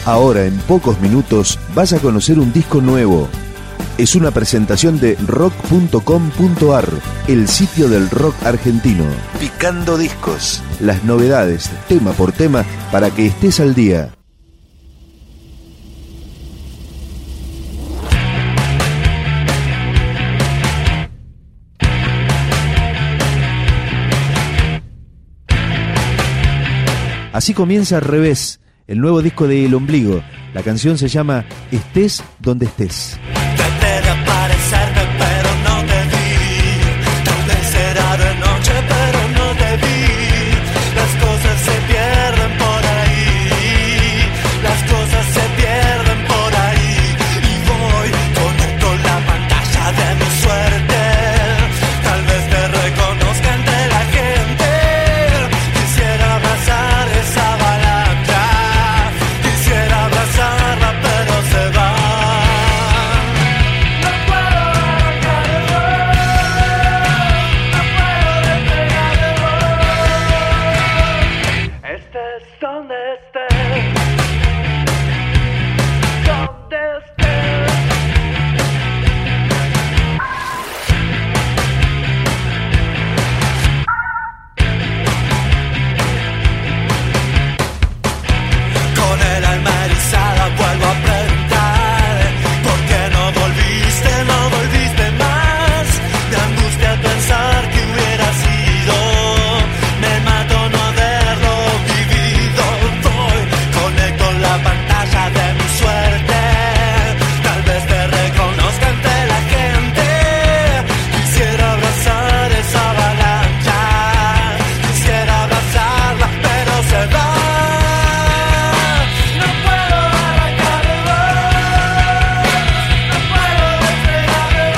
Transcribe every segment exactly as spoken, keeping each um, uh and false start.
Ahora, en pocos minutos, vas a conocer un disco nuevo. Es una presentación de rock punto com punto ar, el sitio del rock argentino. Picando discos. Las novedades, tema por tema, para que estés al día. Así comienza Revés, el nuevo disco de El Ombligo. La canción se llama Estés donde estés. Traté de aparecerme, pero no te vi. Tal vez era de noche, pero no te vi. Las cosas se pierden por ahí. Las cosas se pierden por ahí. Y voy, conecto la pantalla de mi suerte. Tal vez te reconozca entre la gente. Quisiera abrazar esa avalancha. Quisiera abrazarla, pero se va. Donde estés, donde estés. Con el alma erizada vuelvo a preguntar, ¿por qué no volviste, no volviste más? Me angustia pensar que hubiera sido, me mato no haberlo vivido. Conecto la pantalla de mi suerte. Tal vez te reconozca entre la gente. Quisiera abrazar esa avalancha. Quisiera abrazarla, pero se va. No puedo arrancar de vos. No puedo despegar de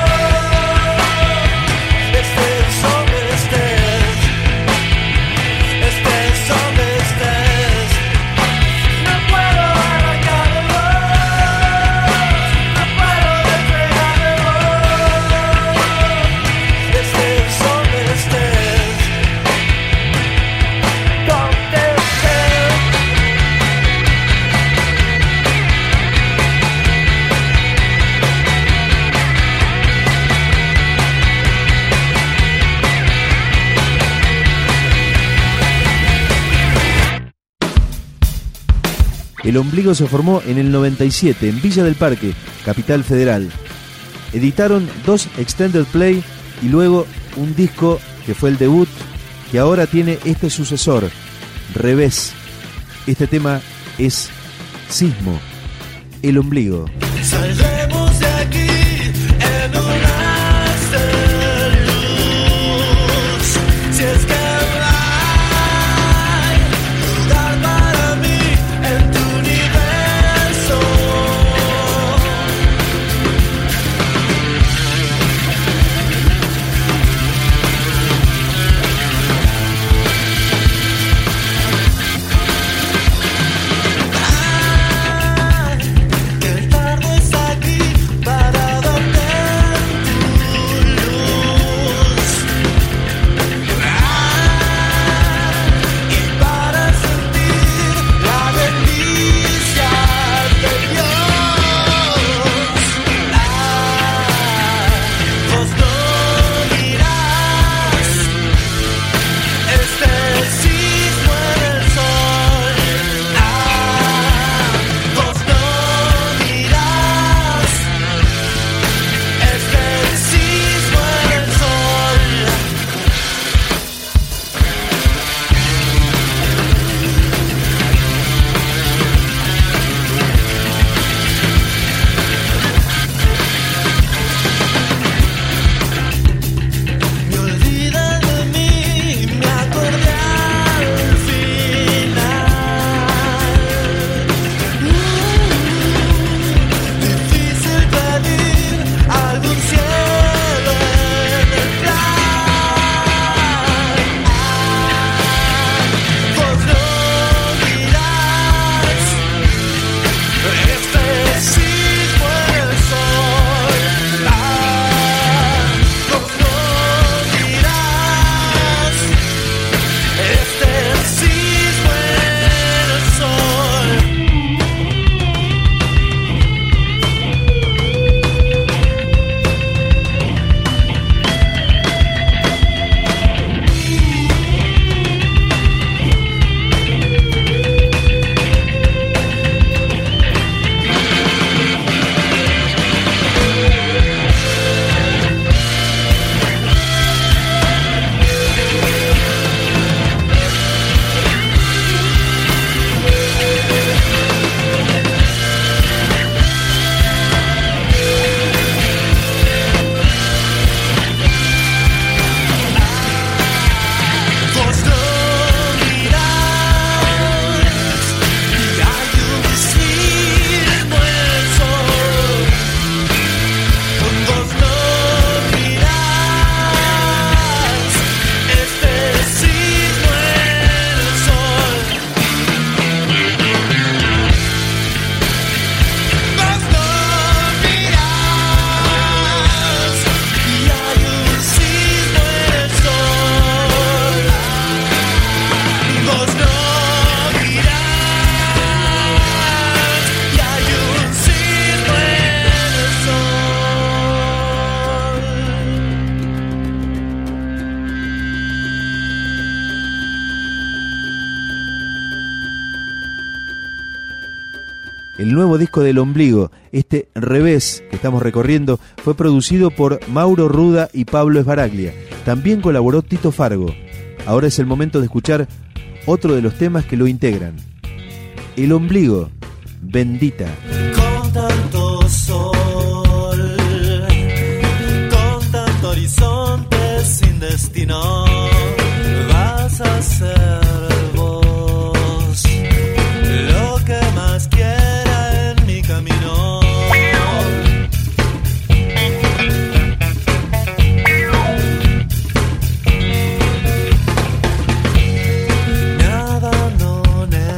vos. Estés donde estés. Estés donde estés. No puedo arrancar de vos, no puedo despegar de vos. Estés donde estés, donde estés. El Ombligo se formó en el noventa y siete en Villa del Parque, Capital Federal. Editaron dos extended play y luego un disco que fue el debut, que ahora tiene este sucesor, Revés. Este tema es Sismo, El Ombligo. Saldremos de aquí en un haz de luz. Si es que hay lugar para mí en tu universo. Ay, que tarde es aquí. El nuevo disco del Ombligo, este Revés que estamos recorriendo, fue producido por Mauro Ruda y Pablo Esbaraglia. También colaboró Tito Fargo. Ahora es el momento de escuchar otro de los temas que lo integran. El Ombligo, Bendita. Con tanto sol, con tanto horizonte sin destino, vas a ser vos lo que más quiera en mi camino. Me abandoné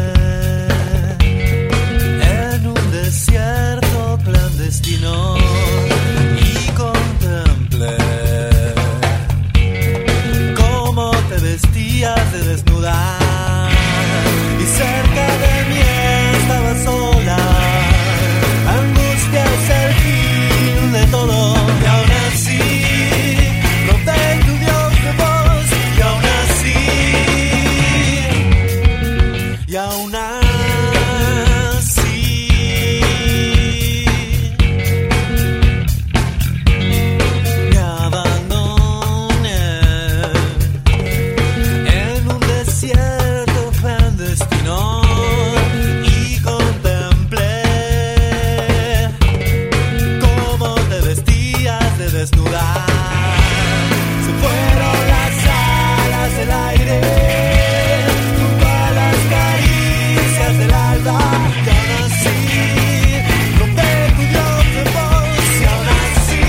en un desierto clandestino y contemplé cómo te vestías de desnuda y cerca de mí estaba sola. Angustia es el fin de todo y aún así noté tu Dios de voz y aún así y aún así me abandoné en un desierto clandestino y contemplé cómo te vestías de desnudar. Se fueron las alas del aire junto a las caricias del alba y aún así noté tu Dios de voz y aún así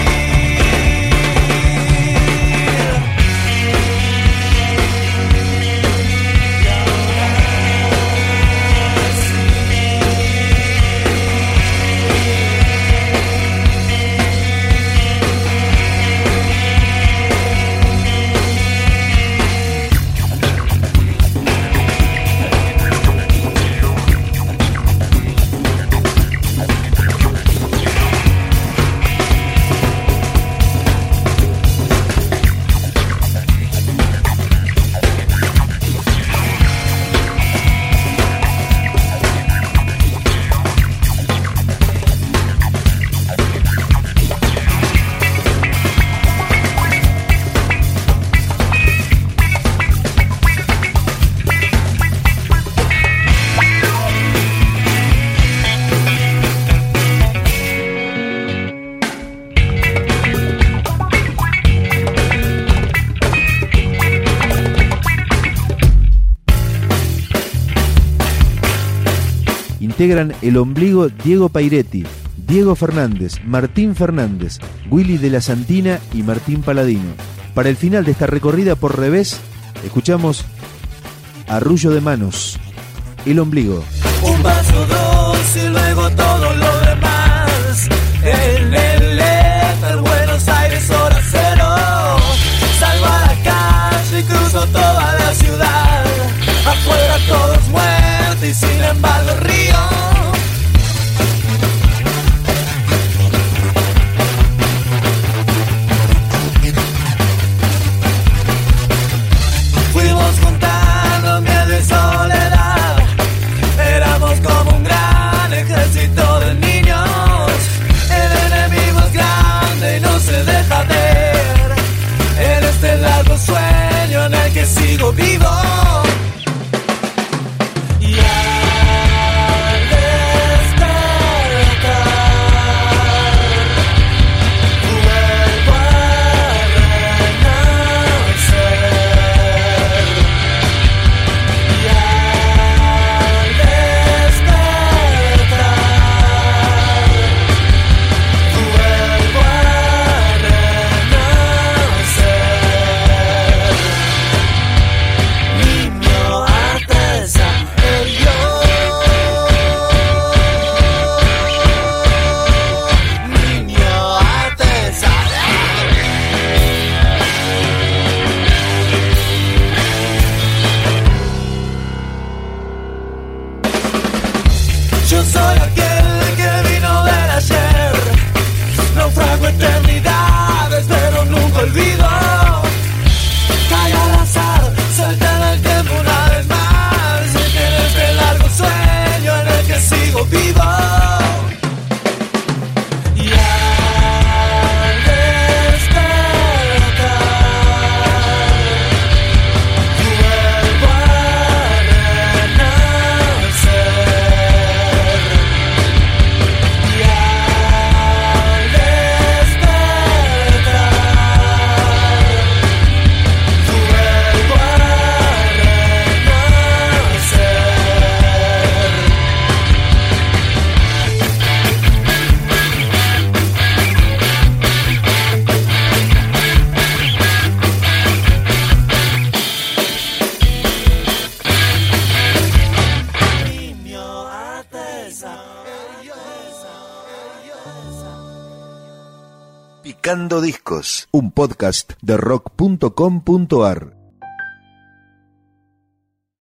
y Integran El Ombligo Diego Pairetti, Diego Fernández, Martín Fernández, Willy de la Santina y Martín Paladino. Para el final de esta recorrida por Revés, escuchamos Arrullo de Manos, El Ombligo. un vaso, dos y luego todo lo demás. En el éter, Buenos Aires, hora cero. Salgo a la calle y cruzo toda la ciudad. Afuera todo es muerte y sin embargo río. Fuimos juntando miedo y soledad. Éramos como un gran ejército de niños. El enemigo es grande y no se deja ver. En este largo sueño en el que sigo vivo. Y al despertar vuelvo a renacer. Y al despertar vuelvo a renacer. Niño artesa el yo. Niño artesa. Yo soy aquel que vino del ayer. Naufrago eternidades, pero nunca olvido. Cae al azar, salta del tiempo una vez más. En este largo sueño en el que sigo vivo. Picando Discos, un podcast de rock punto com punto ar.